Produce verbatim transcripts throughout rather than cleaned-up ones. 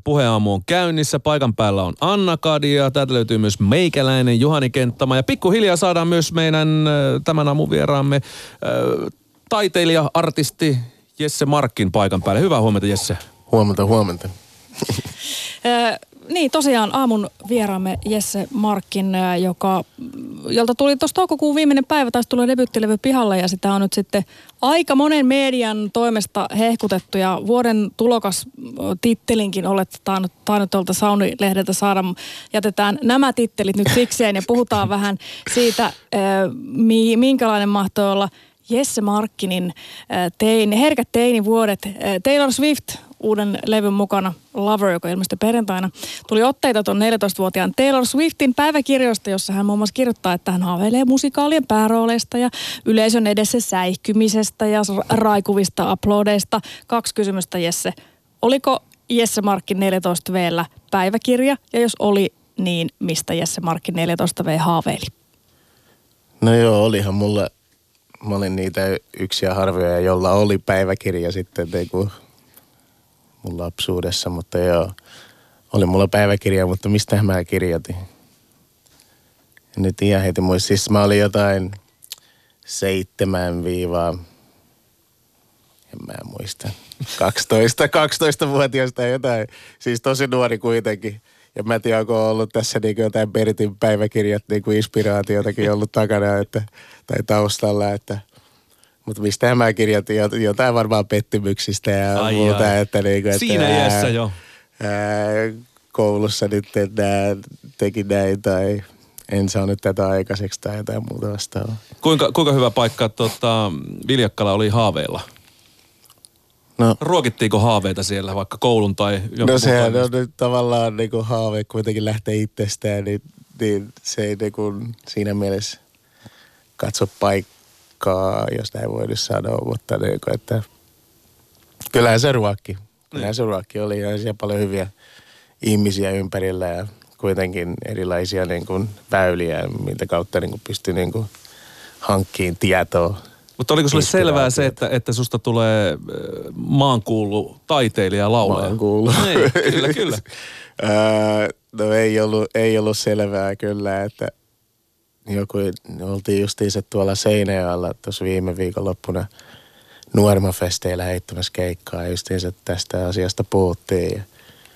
Puheaamu on käynnissä. Paikan päällä on Anna Kadia. Täältä löytyy myös meikäläinen Juhani Kenttäma. Ja pikkuhiljaa saadaan myös meidän tämän aamun vieraamme taiteilija, artisti Jesse Markkin paikan päälle. Hyvää huomenta, Jesse. Huomenta, huomenta. Niin, tosiaan aamun vieraamme Jesse Markkin, joka, jolta tuli tuossa toukokuun viimeinen päivä, taisi tulla debyttilevy pihalle ja sitä on nyt sitten aika monen median toimesta hehkutettu ja vuoden tulokas tittelinkin olette tainnut, tainnut tuolta Sauni-lehdeltä saada. Jätetään nämä tittelit nyt sikseen ja puhutaan vähän siitä, minkälainen mahtoi olla Jesse Markkinin teini, herkät teinivuodet. Taylor Swift uuden levyn mukana Lover, joka ilmestyi perjantaina. Tuli otteita tuon neljätoistavuotiaan Taylor Swiftin päiväkirjoista, jossa hän muun muassa kirjoittaa, että hän haaveilee musikaalien päärooleista ja yleisön edessä säihkymisestä ja raikuvista aplodeista. Kaksi kysymystä, Jesse. Oliko Jesse Markkin neljätoista vuotiaalla päiväkirja? Ja jos oli, niin mistä Jesse Markkin neljätoista vuotiaana haaveili? No joo, olihan mulla, mä olin niitä yksiä harvoja, jolla oli päiväkirja sitten niin kuin mun lapsuudessa, mutta joo, oli mulla päiväkirja, mutta mistä mä kirjoitin? En nyt ihan heti muista. Siis mä olin jotain seitsemän viivaa, en mä muista, kaksitoista, kaksitoistavuotiaasta jotain. Siis tosi nuori kuitenkin. Ja mä en tiedä, onko ollut tässä niin jotain Bertin päiväkirjat niin kuin inspiraatiotakin ollut takana että, tai taustalla, että mutta mistä mä kirjoitin jotain varmaan pettymyksistä ja ai muuta. Ai. Että niin, että siinä iässä jo. Ää, koulussa nyt nää, teki näin tai en saanut tätä aikaiseksi tai jotain muuta vastaavaa. Kuinka, kuinka hyvä paikka tota, Viljakkala oli haaveilla? No, ruokittiinko haaveita siellä vaikka koulun tai jonkun? No sehän on nyt tavallaan niin kuin haave kuitenkin lähtee itsestään, niin, niin se ei niin kuin siinä mielessä katso paikkaa. Jos näin voi nyt sanoa, mutta niin kuin, että kyllähän se ruokki. Kyllähän se ruokki oli ja siellä paljon hyviä ihmisiä ympärillä ja kuitenkin erilaisia niin kuin väyliä, mitä kautta niin kuin pystyi niin kuin hankkiin tietoa. Mutta oliko sulle selvää se, että, että susta tulee maankuulu taiteilija ja laulaja? Maankuulu. Niin, kyllä, kyllä. No ei ollut, ei ollut selvää kyllä, että joku, oltiin justiinsa tuolla Seinäjoella tuossa viime viikonloppuna Nuormafesteillä heittämässä keikkaa ja justiinsa tästä asiasta puhuttiin. Ja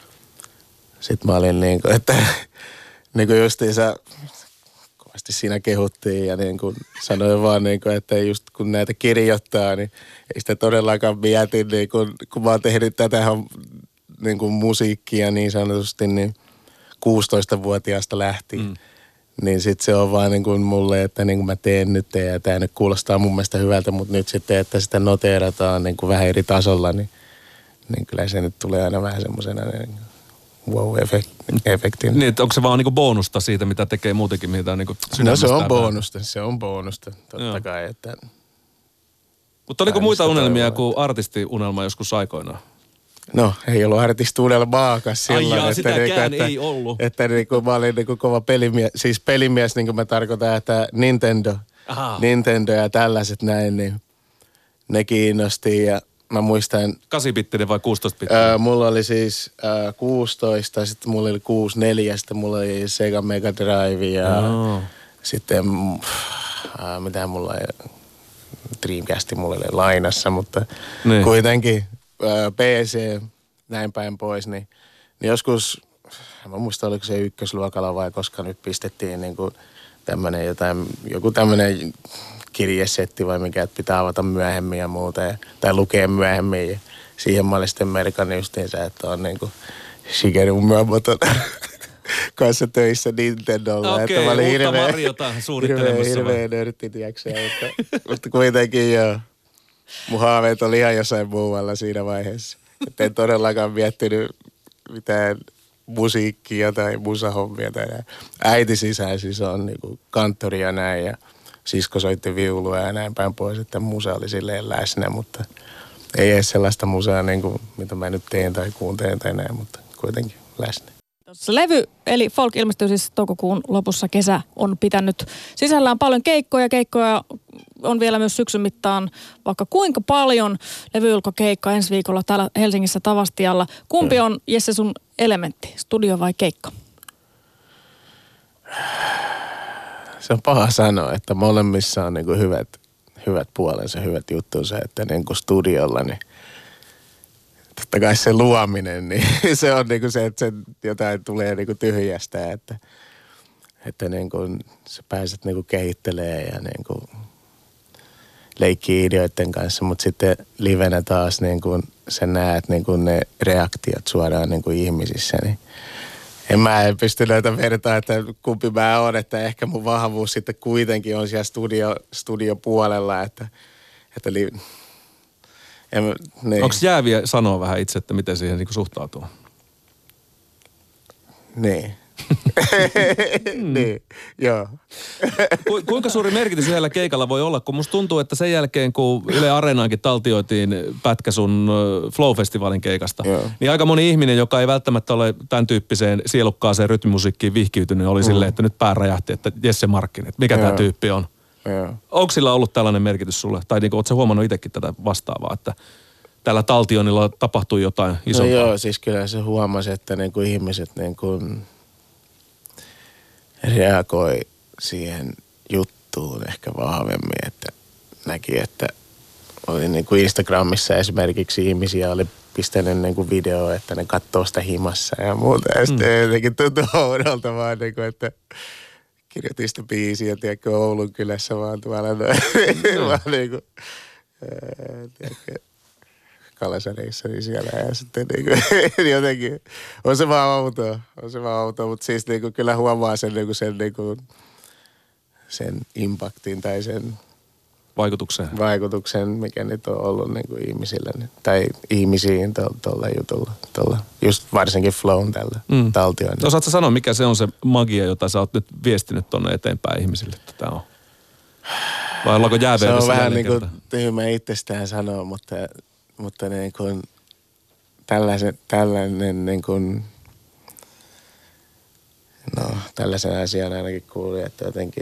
sit mä olin niin kuin, että niin kuin justiinsa kovasti siinä kehuttiin ja niin kuin sanoin vaan niin kuin, että just kun näitä kirjoittaa, niin ei sitä todellakaan mieti niin kuin, kun mä oon tehnyt tätä niin kuin musiikkia niin sanotusti niin kuusitoistavuotiaasta lähtien. Mm. Niin sit se on vaan niin kuin mulle, että niin kuin mä teen nyt ja tää nyt kuulostaa mun mielestä hyvältä, mutta nyt sitten, että sitä noteerataan niin kuin vähän eri tasolla, niin, niin kyllä se nyt tulee aina vähän semmosena niin wow-efektin. Niin, että onko se vaan niin kuin bonusta siitä, mitä tekee muutenkin, mitä on niin kuin sydämestä? No se on bonusta, se on bonusta, totta joo. kai, että... Mutta oliko muita unelmia kuin artistiunelma joskus aikoinaan? No, ei ollut artistiunelmaakaan silloin. Ai jaa, että, sitäkään että, ei ollut. Että, että niin kuin mä olin niin kuin kova pelimies, siis pelimies, niin kuin mä tarkoitan, että Nintendo, Aha. Nintendo ja tällaiset näin, niin ne kiinnosti ja mä muistan... kahdeksan-bittinen vai kuusitoista-bittinen? Ää, mulla oli siis ää, kuusitoista, sitten mulla oli kuusikymmentäneljä, sitten mulla oli Sega Mega Drive ja no. sitten, ää, mitä mulla oli, Dreamcast mulla oli lainassa, mutta niin. kuitenkin... P C, näin päin pois, niin, niin joskus, en mä muista oliko se ykkösluokalla vai koska nyt pistettiin niin kuin tämmönen jotain, joku tämmönen kirjesetti vai mikä, että pitää avata myöhemmin ja muuta, ja, tai lukea myöhemmin. Ja siihen mä olin sitten merkannut justiinsa, että on niin kuin Shigeru Miyamoton kanssa töissä Nintendolla. Okei, että mä olin uutta hirveä, Mariota suunnittelemassa. Hirveä, hirveä nörtti, tiiäksä, mutta, mutta kuitenkin joo. Mun haaveet oli ihan jossain muualla siinä vaiheessa. Että en todellakaan miettinyt mitään musiikkia tai musahommia tai näin. Äiti sisään siis on niinku kanttoria näin ja sisko soitti viulua ja näin päin pois, että musa oli silleen läsnä, mutta ei edes sellaista musaa niinku, mitä mä nyt teen tai kuuntelen tai näin, mutta kuitenkin läsnä. Levy, eli Folk, ilmestyy siis toukokuun lopussa. Kesä on pitänyt sisällään paljon keikkoja. Keikkoja on vielä myös syksyn mittaan vaikka kuinka paljon levyylkokeikka ensi viikolla täällä Helsingissä Tavastialla. Kumpi on, Jesse, sun elementti, studio vai keikka? Se on paha sanoa, että molemmissa on niinku hyvät, hyvät puolensa, hyvät juttunsa, että niinku studiolla, niin totta kai se luominen, niin se on niinku se, että se jotain tulee niinku tyhjästä, että, että niinku sä pääset niinku kehittelemään ja niinku leikkii ideoiden kanssa, mutta sitten livenä taas niinku sä näet niinku ne reaktiot suoraan niinku ihmisissä, niin en mä en pysty näitä vertaa, että kumpi mä oon, että ehkä mun vahvuus sitten kuitenkin on siellä studio, studiopuolella, että, että li, en, niin. Onko jääviä sanoa vähän itse, että miten siihen niinku suhtautuu? Niin. niin, joo. Ku, kuinka suuri merkitys yhdellä keikalla voi olla, kun musta tuntuu, että sen jälkeen, kun Yle Areenaankin taltioitiin pätkä sun Flow-festivaalin keikasta, joo. niin aika moni ihminen, joka ei välttämättä ole tämän tyyppiseen sielukkaaseen rytmimusiikkiin vihkiytynyt, oli mm. silleen, että nyt pää räjähti, että Jesse Markkinen, että mikä tämä tyyppi on. Joo. Onko sillä ollut tällainen merkitys sulle? Tai niin, ootko sä huomannut itsekin tätä vastaavaa, että tällä taltionilla tapahtui jotain isompaa? No joo, siis kyllä se huomasi, että niin kuin ihmiset niin kuin reagoi siihen juttuun ehkä vahvemmin, että näki, että oli niin kuin Instagramissa esimerkiksi ihmisiä oli pistänyt niin kuin video, että ne katsoo sitä himassa ja muuta. Ja sitten mm. jotenkin tuntui oudolta vaan, niin kuin, että kirjoitin sitä biisiä, tiedätkö, Oulun kylässä vaan tuolla noin. Mm. vaan niin kuin, tiedätkö, Kalasareissani siellä ja sitten niin kuin, jotenkin on se vaan outoa, on se vaan outoa, mutta siis niin kuin, kyllä huomaa sen, niin kuin, sen, niin kuin, sen impaktin tai sen vaikutuksen, vaikutuksen mikä nyt on ollut niin kuin ihmisillä tai ihmisiin tuolla jutulla, tolla, just varsinkin Flown tällä mm. taltioilla. Osaatko sanoa, mikä se on se magia, jota sä oot nyt viestinyt tuonne eteenpäin ihmisille, että tämä on? Vai ollaanko jääveydessä? Se on vähän niin kuin tyhmä itsestään sanoa, mutta Mutta niin kuin tällaisen, tällainen niin kuin, no tällaisen asian ainakin kuulin, että jotenkin,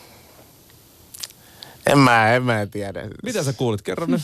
en mä, en mä tiedä. Mitä sä kuulit? Kerro nyt.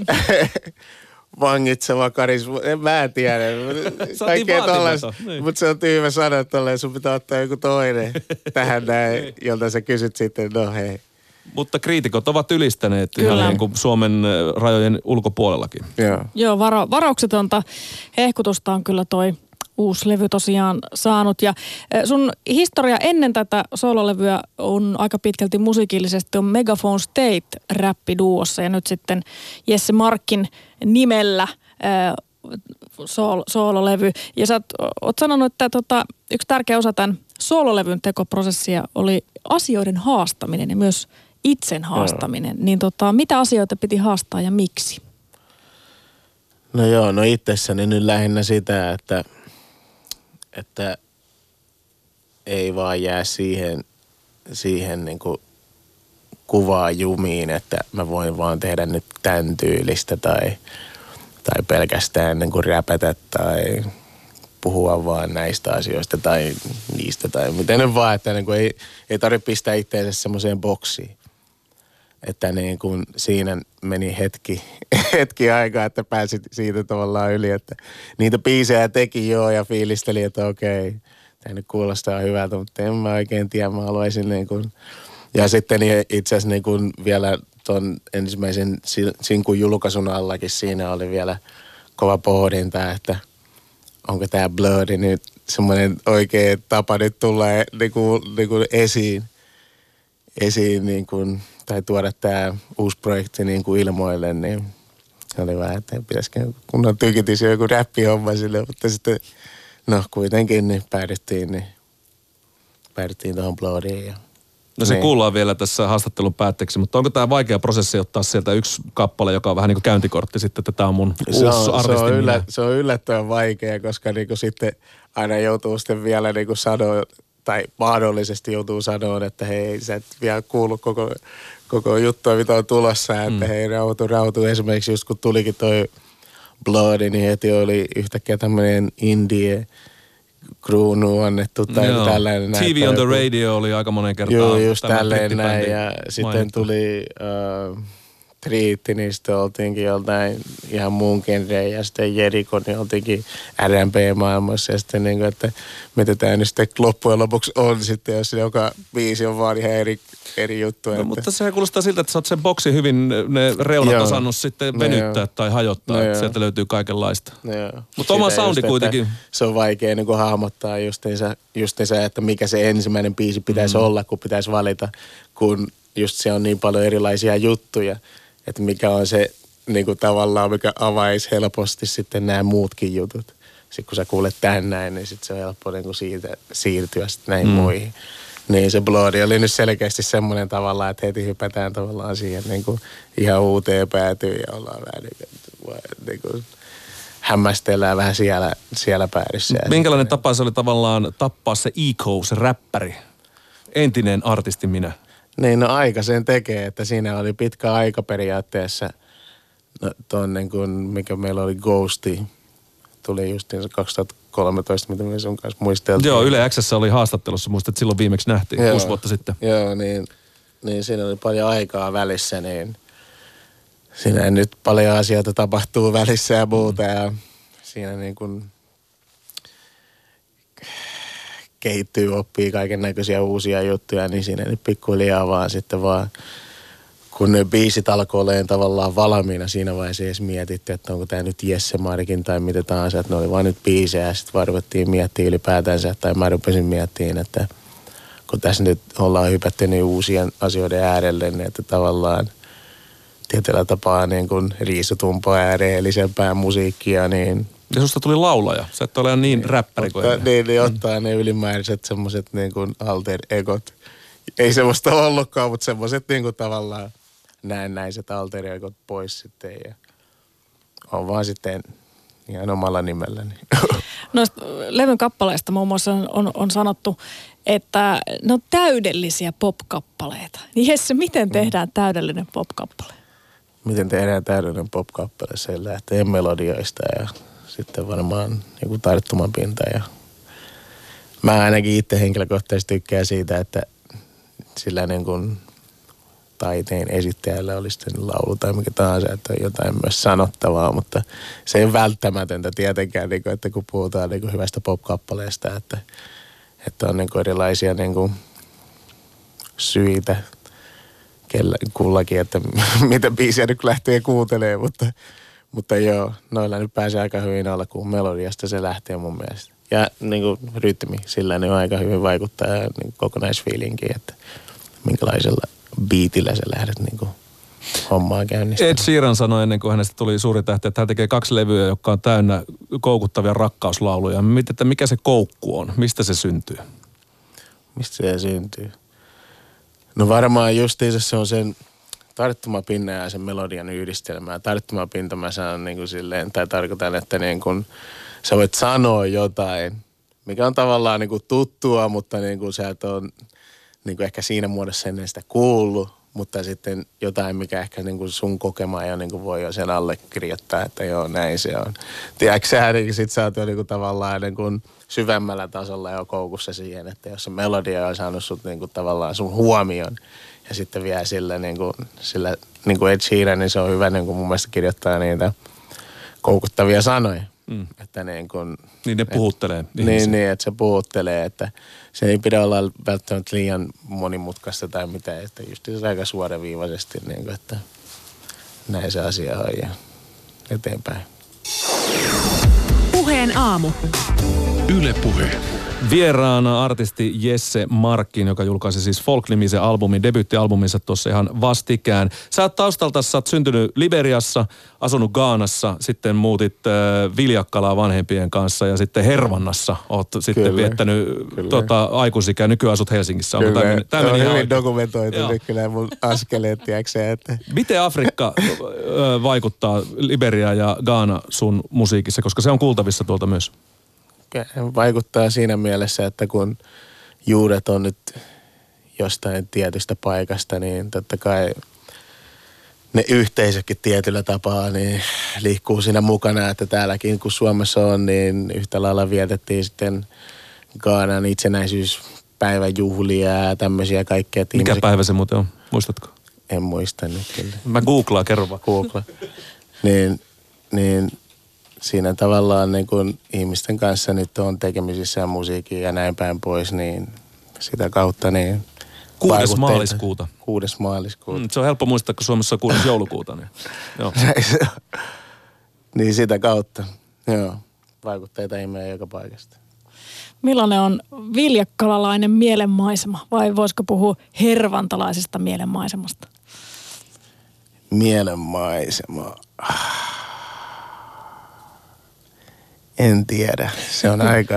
Vangitseva karisma, en mä tiedä. Kaikkea tollaista, niin. Mutta se on tyhmä sanoa tolleen, sun pitää ottaa joku toinen tähän näin, jolta sä kysyt sitten, no hei. Mutta kriitikot ovat ylistäneet Kyllä. ihan niin kuin Suomen rajojen ulkopuolellakin. Joo, Joo varo, varauksetonta hehkutusta on kyllä toi uusi levy tosiaan saanut. Ja sun historia ennen tätä soololevyä on aika pitkälti musiikillisesti on Megaphone State-räppiduossa ja nyt sitten Jesse Markin nimellä äh, sool, soololevy. Ja sä oot, oot sanonut, että tota, yksi tärkeä osa tämän soololevyn tekoprosessia oli asioiden haastaminen ja myös itsen haastaminen. Joo. Niin tota, mitä asioita piti haastaa ja miksi? No joo, no itsessäni nyt lähinnä sitä, että, että ei vaan jää siihen, siihen niin kuin kuvaa jumiin, että mä voin vaan tehdä nyt tämän tyylistä tai, tai pelkästään niin kuin räpätä tai puhua vaan näistä asioista tai niistä tai miten nyt vaan, että niin kuin ei, ei tarvitse pistää itseensä semmoiseen boksiin. Että niin kuin siinä meni hetki, hetki aikaa, että pääsit siitä tavallaan yli, että niitä biisejä teki joo ja fiilisteli, että okei, tämä nyt kuulostaa hyvältä, mutta en mä oikein tiedä, mä haluaisin niin kuin, ja sitten itse asiassa niin kuin vielä ton ensimmäisen sinkun julkaisun allakin siinä oli vielä kova pohdinta, että onko tämä Bloodi nyt semmoinen oikea tapa nyt tulla niin kuin, niin kuin esiin, esiin niin kuin, tai tuoda tämä uusi projekti niin kuin ilmoille, niin oli vähän, että pitäisikö kunnon tykitis joku räppihomma sille, mutta sitten no kuitenkin niin päädyttiin, niin päädyttiin tuohon Bloodiin. Ja, no se niin. kuullaan vielä tässä haastattelun päätteeksi, mutta onko tämä vaikea prosessi ottaa sieltä yksi kappale, joka on vähän niin kuin käyntikortti sitten, että tämä on mun se uusi on, artisti? Se on, yllät, se on yllättävän vaikea, koska niin kuin sitten aina joutuu sitten vielä niin kuin sanoa, tai mahdollisesti joutuu sanoa, että hei, sä et vielä kuullut koko, koko juttua, mitä on tulossa, että mm. hei, rauhoitu, rauhoitu. Esimerkiksi just kun tulikin toi Bloodi, niin heti oli yhtäkkiä tämmöinen indie kruunu annettu tai Joo. tällainen. T V on the radio oli aika monen kertaa. Joo, just tälleen näin. Ja sitten mainittu. tuli uh, Triitti, niin sitten oltiinkin joltain ihan muun genreen. Ja sitten Jeriko, niin oltiinkin R and B-maailmassa. Ja sitten niin kuin, että mitä tämä nyt sitten loppujen lopuksi on sitten, jos joka biisi on vaan ihan eri, eri juttu. No, että... mutta se kuulostaa siltä, että sä oot sen boksi hyvin, ne reunat Joo. osannut sitten No venyttää joo. tai hajottaa. No että joo. sieltä löytyy kaikenlaista. Joo. Mutta oma Sitä soundi just, kuitenkin. Se on vaikea niin kuin hahmottaa justiinsa, justiinsa, että mikä se ensimmäinen biisi pitäisi mm. olla, kun pitäisi valita, kun just se on niin paljon erilaisia juttuja, että mikä on se niin kuin tavallaan, mikä avaisi helposti sitten nämä muutkin jutut. Sitten kun sä kuulet tän näin, niin sitten se on helppo niin kuin siitä siirtyä sitten näihin mm. muihin. Niin se Bloodi oli nyt selkeästi semmoinen tavallaan, että heti hypätään tavallaan siihen niin kuin ihan uuteen päätyyn ja ollaan vähän niin kuin, niin kuin hämmästellään vähän siellä, siellä päädyssä. Minkälainen tapa se oli tavallaan tappaa se Eko, se räppäri? Entinen artisti minä. Niin, no aika sen tekee, että siinä oli pitkä aika periaatteessa. No ton niin kuin, mikä meillä oli Ghosti, tuli justiinsa kaksituhattakolmetoista, mitä me sun kanssa muisteltiin. Joo, Yle X:ssä oli haastattelussa, muistat, että silloin viimeksi nähtiin, Joo. kuusi vuotta sitten. Joo, niin, niin siinä oli paljon aikaa välissä, niin siinä nyt paljon asioita tapahtuu välissä ja muuta. Ja siinä niin kuin kehittyy, oppii kaiken näköisiä uusia juttuja, niin siinä nyt pikkuhiljaa vaan sitten vaan, kun ne biisit alkoi olemaan tavallaan valmiina, siinä vaiheessa edes mietittiin, että onko tämä nyt Jesse Markin tai mitä tahansa, että ne oli vaan nyt biisejä ja sitten vaan ruvettiin miettimään ylipäätänsä, tai mä rupesin miettimään, että kun tässä nyt ollaan hypätty niin uusien asioiden äärelle, niin että tavallaan tietyllä tapaa niin kuin riisutumpaa ja rehellisempää musiikkia, niin Ja susta tuli laulaja. Sä et ole niin räppäri kuin ottaa, ennen. niin, niin ottaa ne ylimääräiset semmoiset niin kuin alter egot. Ei semmoista ollutkaan, mutta semmoiset niin kuin tavallaan näennäiset alter egot pois sitten. Ja on vaan sitten ihan omalla nimelläni. Noista levyn kappaleista muun muassa on, on, on sanottu, että ne on täydellisiä pop-kappaleita. Niin Jesse, miten tehdään täydellinen pop-kappale? Miten tehdään täydellinen pop-kappale? Se lähtee melodioista ja sitten varmaan joku tarttumapinta. Ja mä ainakin itse henkilökohtaisesti tykkään siitä, että sillä niin kuin taiteen esittäjällä olisi sitten laulu tai mikä tahansa, että on jotain myös sanottavaa, mutta se ei ole välttämätöntä tietenkään, niin kuin, että kun puhutaan niin kuin hyvästä pop-kappaleesta, että, että on niin kuin erilaisia niin kuin syitä kellä, kullakin, että mitä biisiä nyt lähtee kuuntelemaan, mutta, mutta joo, noilla nyt pääsee aika hyvin alkuun melodiasta, se lähtee mun mielestä. Ja niin kuin rytmi, sillä ne on aika hyvin vaikuttaa niin kokonaisfiilinkiin, että minkälaisella biitillä sä lähdet niin kuin hommaa käynnistämään. Ed Sheeran sanoi ennen kuin hänestä tuli suuri tähti, että hän tekee kaksi levyä, jotka on täynnä koukuttavia rakkauslauluja. Että mikä se koukku on? Mistä se syntyy? Mistä se syntyy? No varmaan justiinsa se on sen tarttumapinna ja sen melodian yhdistelmää. Tarttumapinta mä sanon niin kuin silleen, tai tarkoitan, että niin kuin sä voit sanoa jotain, mikä on tavallaan niin kuin tuttua, mutta niin kuin sä et ole niin kuin ehkä siinä muodossa ennen sitä kuullut, mutta sitten jotain, mikä ehkä niin kuin sun kokema jo niin kuin voi jo sen allekirjoittaa, että joo, näin se on. Tiedätkö sä, niin sit sä oot jo niin kuin tavallaan niin kuin syvemmällä tasolla jo koukussa siihen, että jos se melodia on saanut sut niin kuin tavallaan sun huomion ja sitten vielä sillä niin kuin, sillä niin kuin Ed Sheeran, niin se on hyvä niin kuin mun mielestä kirjoittaa niitä koukuttavia sanoja. Mm. Että niin kuin, niin ne puhuttelee et, ihmisiä. Niin, niin, että se puhuttelee, että se ei pidä olla välttämättä liian monimutkaista tai mitään, että just se aika suoraviivaisesti, niin kuin, että näin se asia on ja eteenpäin. Puheen aamu. Yle Puhe. Vieraana artisti Jesse Markin, joka julkaisi siis Folk-nimisen albumin, debyyttialbuminsa tuossa ihan vastikään. Sä oot taustalta, sä oot syntynyt Liberiassa, asunut Ghanassa, sitten muutit äh, Viljakkalaa vanhempien kanssa ja sitten Hervannassa oot sitten Kyllä, viettänyt tota, aikuisikää. Nykyään asut Helsingissä. Onko Kyllä, tämä, tämä on ihan hyvin oikein? dokumentoitu Joo. nyt kyllä mun askeleet, tiedätkö, että Miten Afrikka ö, vaikuttaa, Liberia ja Ghana sun musiikissa, koska se on kuultavissa tuolta myös? vaikuttaa siinä mielessä, että kun juuret on nyt jostain tietystä paikasta, niin totta kai ne yhteisökin tietyllä tapaa niin liikkuu siinä mukana, että täälläkin kun Suomessa on, niin yhtä lailla vietettiin sitten Ghanan itsenäisyyspäivän juhlia ja tämmöisiä kaikkea. Mikä ihmiset... päivä se muuten on? Muistatko? En muista nyt kyllä. Mä googlaan, kerro vaan. Googla. niin, niin siinä tavallaan niin kun ihmisten kanssa nyt on tekemisissä ja musiikkia ja näin päin pois, niin sitä kautta niin Kuudes maaliskuuta. Kuudes maaliskuuta. Mm, se on helppo muistaa, kun Suomessa on kuudes joulukuuta. Niin, joo. niin sitä kautta, joo. Vaikutteita ihmeen joka paikasta. Millainen on viljakkalalainen mielenmaisema vai voisiko puhua hervantalaisesta mielenmaisemasta? Mielenmaisema. En tiedä. Se on aika...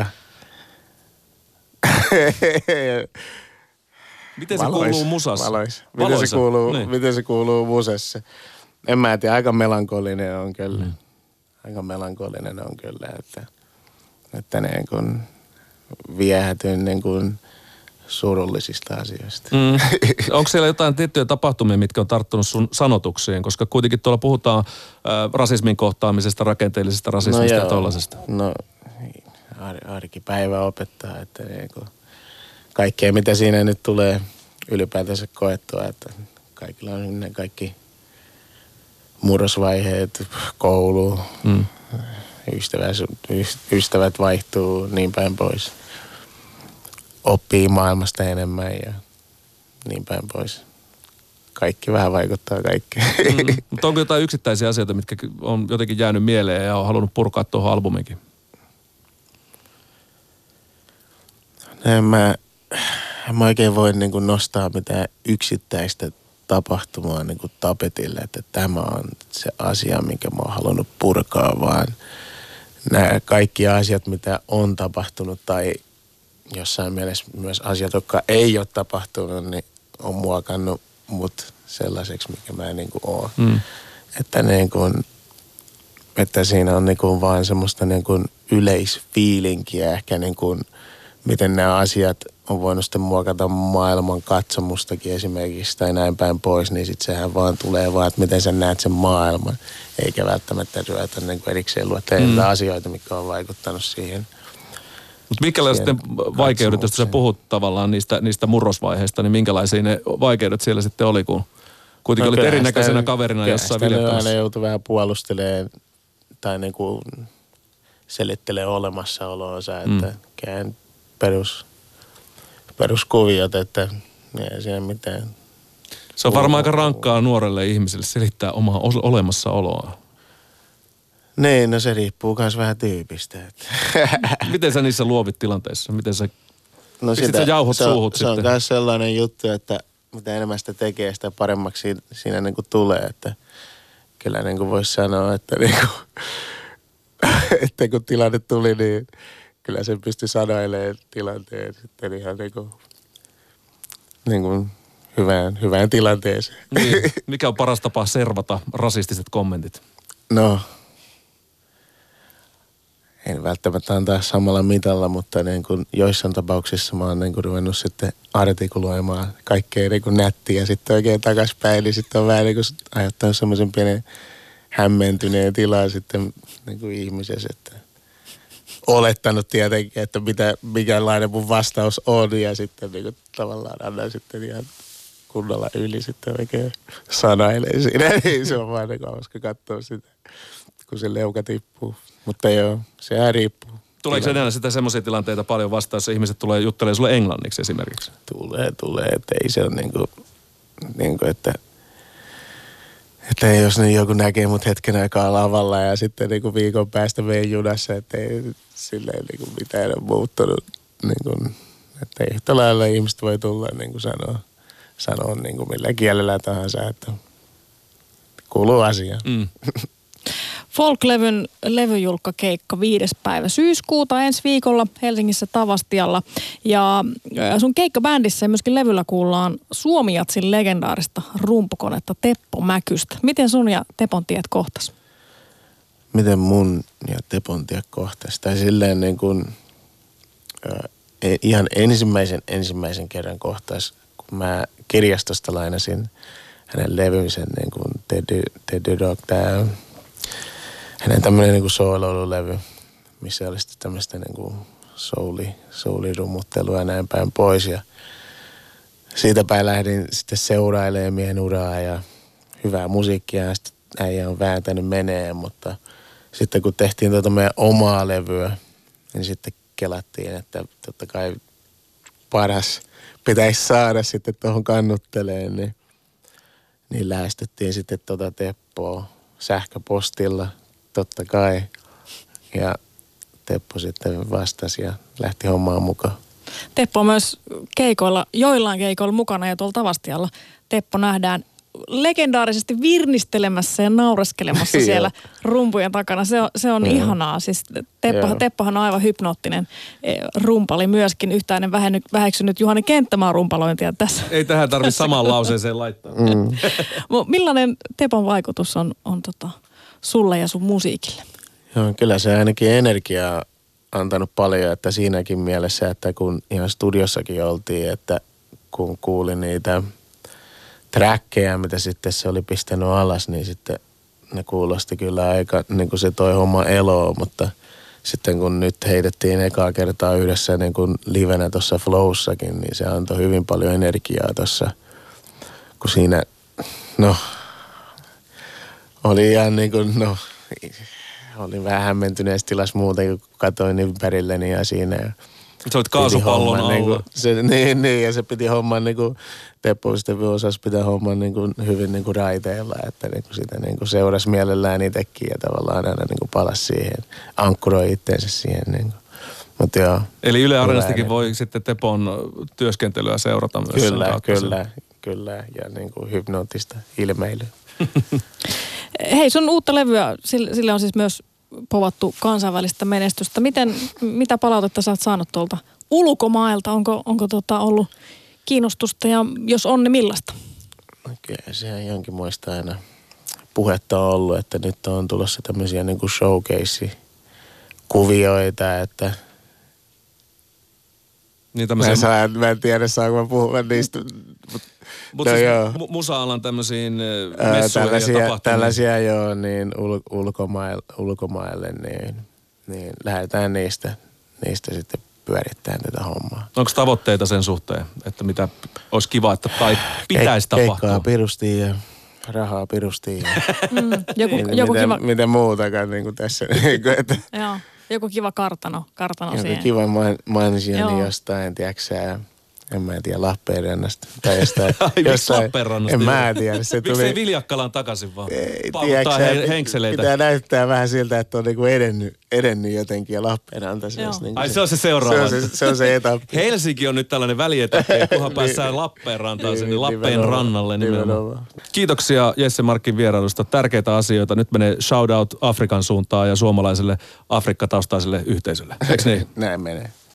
Miten se valois, kuuluu musassa? Valois. Miten, se kuuluu, niin. miten se kuuluu musassa? En mä tiedä, aika melankolinen on kyllä. Mm. Aika melankolinen on kyllä, että, että niin kuin viehätyn niin kuin surullisista asioista. Mm. Onko siellä jotain tiettyjä tapahtumia, mitkä on tarttunut sun sanotuksiin? Koska kuitenkin tuolla puhutaan äh, rasismin kohtaamisesta, rakenteellisesta rasismista no ja tollasesta. No ar- arkipäivä opettaa, että niin kuin kaikkea mitä siinä nyt tulee ylipäätänsä koettua, että kaikilla on ne kaikki murrosvaiheet, koulu, mm. ystävät, ystävät vaihtuu niin päin pois. Oppii maailmasta enemmän ja niin päin pois. Kaikki vähän vaikuttaa kaikkeen. Mm. Mutta onko jotain yksittäisiä asioita, mitkä on jotenkin jäänyt mieleen ja on halunnut purkaa tuohon albuminkin? En mä, en mä oikein voi niin kuin nostaa mitään yksittäistä tapahtumaa niin kuin tapetille, että tämä on se asia, minkä mä oon halunnut purkaa, vaan nämä kaikki asiat, mitä on tapahtunut tai jossain mielessä myös asiat, jotka ei ole tapahtunut, niin on muokannut mut sellaiseksi, mikä mä niin kuin oon. Mm. Että, niin kuin, että siinä on niin kuin vaan semmoista niin kuin yleisfiilinkiä ehkä niin kuin, miten nämä asiat on voinut sitten muokata maailman katsomustakin esimerkiksi tai näin päin pois, niin sitten sehän vaan tulee vaan, että miten sä näet sen maailman, eikä välttämättä ruveta niin kuin erikseen luettelemaan mm. asioita, mitkä on vaikuttanut siihen. Mutta minkälaiset vaikeudet, jos sä puhut tavallaan niistä, niistä murrosvaiheista, niin minkälaisia ne vaikeudet siellä sitten oli, kun kuitenkin no, olit erinäköisenä sitä, kaverina jossain viljattamassa? Aina joutui vähän puolustelemaan tai niin kuin selittelemään olemassaoloonsa, että mm. käyn perus, peruskuviot, että ei siinä mitään. Se on varmaan aika rankkaa nuorelle ihmiselle selittää omaa olemassaoloa. Niin, no se riippuu myös vähän tyypistä. Miten sä niissä luovit tilanteissa? Miten sä, no sitä, sä jauhot se suuhut on, sitten? Se on myös sellainen juttu, että mitä enemmän sitä tekee, sitä paremmaksi siinä, siinä niin kuin tulee. Että kyllä niin kuin voisi sanoa, että, niin kuin, että kun tilanne tuli, niin kyllä sen pystyi sanoilemaan tilanteen sitten ihan niin kuin, niin kuin hyvään, hyvään tilanteeseen. Niin. Mikä on paras tapa servata rasistiset kommentit? No, en välttämättä antaa samalla mitalla, mutta niin kuin joissain tapauksissa mä oon niin kuin ruvennut sitten artikuloimaan kaikkea niin kuin nättiä sitten oikein takaspäin, niin sitten on vähän niin kuin aiheuttanut semmoisen pienen hämmentyneen tilan sitten niin kuin ihmisessä, että olettanut tietenkin, että mitä, mikälainen mun vastaus on ja sitten niin kuin tavallaan annan sitten ihan kunnolla yli sitten oikein sanailee siinä, niin se on vaan niin kuin hauska katsoa sitä, kun se leuka tippuu. Mutta joo, sehän riippuu. Tuleeko enää sitä semmoisia tilanteita paljon vastaan, jos ihmiset tulee juttelemaan sulle englanniksi esimerkiksi? Tulee, tulee. Että ei se ole niin kuin, niin kuin että, että jos niin joku näkee mut hetken aikaa lavalla ja sitten niin kuin viikon päästä veen junassa, että ei silleen niin kuin mitään ole muuttunut. Niin kuin, että yhtä lailla ihmiset voi tulla niin kuin sanoa, sanoa niin kuin millä kielellä tahansa, että kuuluu asiaan. Mm. Folk-levyn levyjulkkakeikka viides päivä syyskuuta ensi viikolla Helsingissä Tavastialla. Ja sun keikkabändissä ja myöskin levyllä kuullaan Suomi-jatsin legendaarista rumpukonetta Teppo Mäkystä. Miten sun ja Tepon tiet kohtas? Miten mun ja Tepon tiet kohtas? Tai silleen niin kuin äh, ihan ensimmäisen ensimmäisen kerran kohtas, kun mä kirjastosta lainasin hänen levynsä niin kuin Teddy, Teddy Dog, tää hänen tämmönen niinku sooloilulevy, missä oli sitten tämmöistä niinku souli, soulirumuttelua ja näin päin pois. Ja siitä päin lähdin sitten seurailemaan miehen uraa ja hyvää musiikkia ja sitten äijä on vääntänyt menee, mutta sitten kun tehtiin tuota meidän omaa levyä, niin sitten kelattiin, että totta kai paras pitäisi saada sitten tuohon kannutteleen, niin, niin lähestyttiin sitten tuota Teppoa sähköpostilla, totta kai. Ja Teppo sitten vastasi ja lähti hommaan mukaan. Teppo on myös keikoilla, joillain keikoilla mukana ja tuolla Tavastialla Teppo nähdään legendaarisesti virnistelemässä ja naureskelemassa siellä rumpujen takana. Se on, se on mm. ihanaa. Siis Teppohan, Teppohan on aivan hypnoottinen rumpali myöskin. Yhtään en vähenny, väheksynyt Juhani Kenttämaan rumpalointia tässä. Ei tähän tarvitse samaan lauseeseen laittaa. Mm. Millainen Tepon vaikutus on, on tota, sulle ja sun musiikille? Joo, kyllä se ainakin energiaa antanut paljon, että siinäkin mielessä, että kun ihan studiossakin oltiin, että kun kuulin niitä trackeja, mitä sitten se oli pistänyt alas, niin sitten ne kuulosti kyllä aika, niin kuin se toi homma eloa, mutta sitten kun nyt heitettiin ekaa kertaa yhdessä niin kuin livenä tuossa Flowssakin, niin se antoi hyvin paljon energiaa tuossa, kun siinä, no, oli ihan niin kuin, no, olin vähän hämmentyneessä tilassa muuten, kun katsoin ympärilleni ja siinä. Ja sä olit kaasupallon alla. Niin, kuin, se, niin, niin, ja se piti homman niin kuin, Teppo sitten osasi pitää homman niin kuin, hyvin niin kuin raiteilla, että niin kuin sitä niin kuin seurasi mielellään itsekin ja tavallaan aina niin kuin palasi siihen, ankkuroi itteensä siihen. Niin kuin. Mut joo, eli Yle Areenastakin voi sitten Tepon työskentelyä seurata myös. Kyllä, kyllä, kyllä, ja niin kuin hypnoottista ilmeilyä. Hei, sun uutta levyä, sille on siis myös povattu kansainvälistä menestystä. Miten, mitä palautetta sä oot saanut tuolta ulkomailta? Onko, onko tota ollut kiinnostusta ja jos on, niin millaista? Kyllä sehän jonkinmoista aina puhetta on ollut, että nyt on tulossa tämmöisiä niin kuin showcase-kuvioita, että niin tämmöisiä... mä, saan, mä en tiedä, saanko mä puhua niistä. Mutta no siis mu- musa-alan tämmöisiin messuihin tällaisia, ja tapahtumiin. Tällaisia joo, niin ul- ulkomaille, ulkomaille, niin, niin lähdetään niistä, niistä sitten pyörittämään tätä hommaa. Onko tavoitteita sen suhteen, että mitä olisi kiva, että tai pitäisi Keik- tapahtua? Keikkaa pirustiin ja rahaa pirustiin. Ja mm, joku, niin, joku mitä, kiva... mitä muutakaan niin kuin tässä. että Joo, joku kiva kartano, kartano joku siihen. kiva mansioni jostain, tiedätkö en mä tiedä, Lappeenrannasta. Tai jostain. Ai, miksi Lappeenrannasta? En mä tiedä. Se miksi tuli... ei Viljakkalaan takaisin vaan? Ei, paavuttaa he, henkseleitä. Pitää näyttää vähän siltä, että on niinku edennyt, edennyt jotenkin ja Lappeenranta. Se, niinku Ai se on se seuraava. Se on se, se, on se etappi. Helsinki on nyt tällainen välietappi, kunhan päässään Lappeenrantaan niin, sinne niin, Lappeen rannalle nimenomaan. nimenomaan. Kiitoksia Jesse Markin vierailusta. Tärkeitä asioita. Nyt menee shout out Afrikan suuntaan ja suomalaiselle Afrikka-taustaiselle yhteisölle. Eikö niin? Näin menee.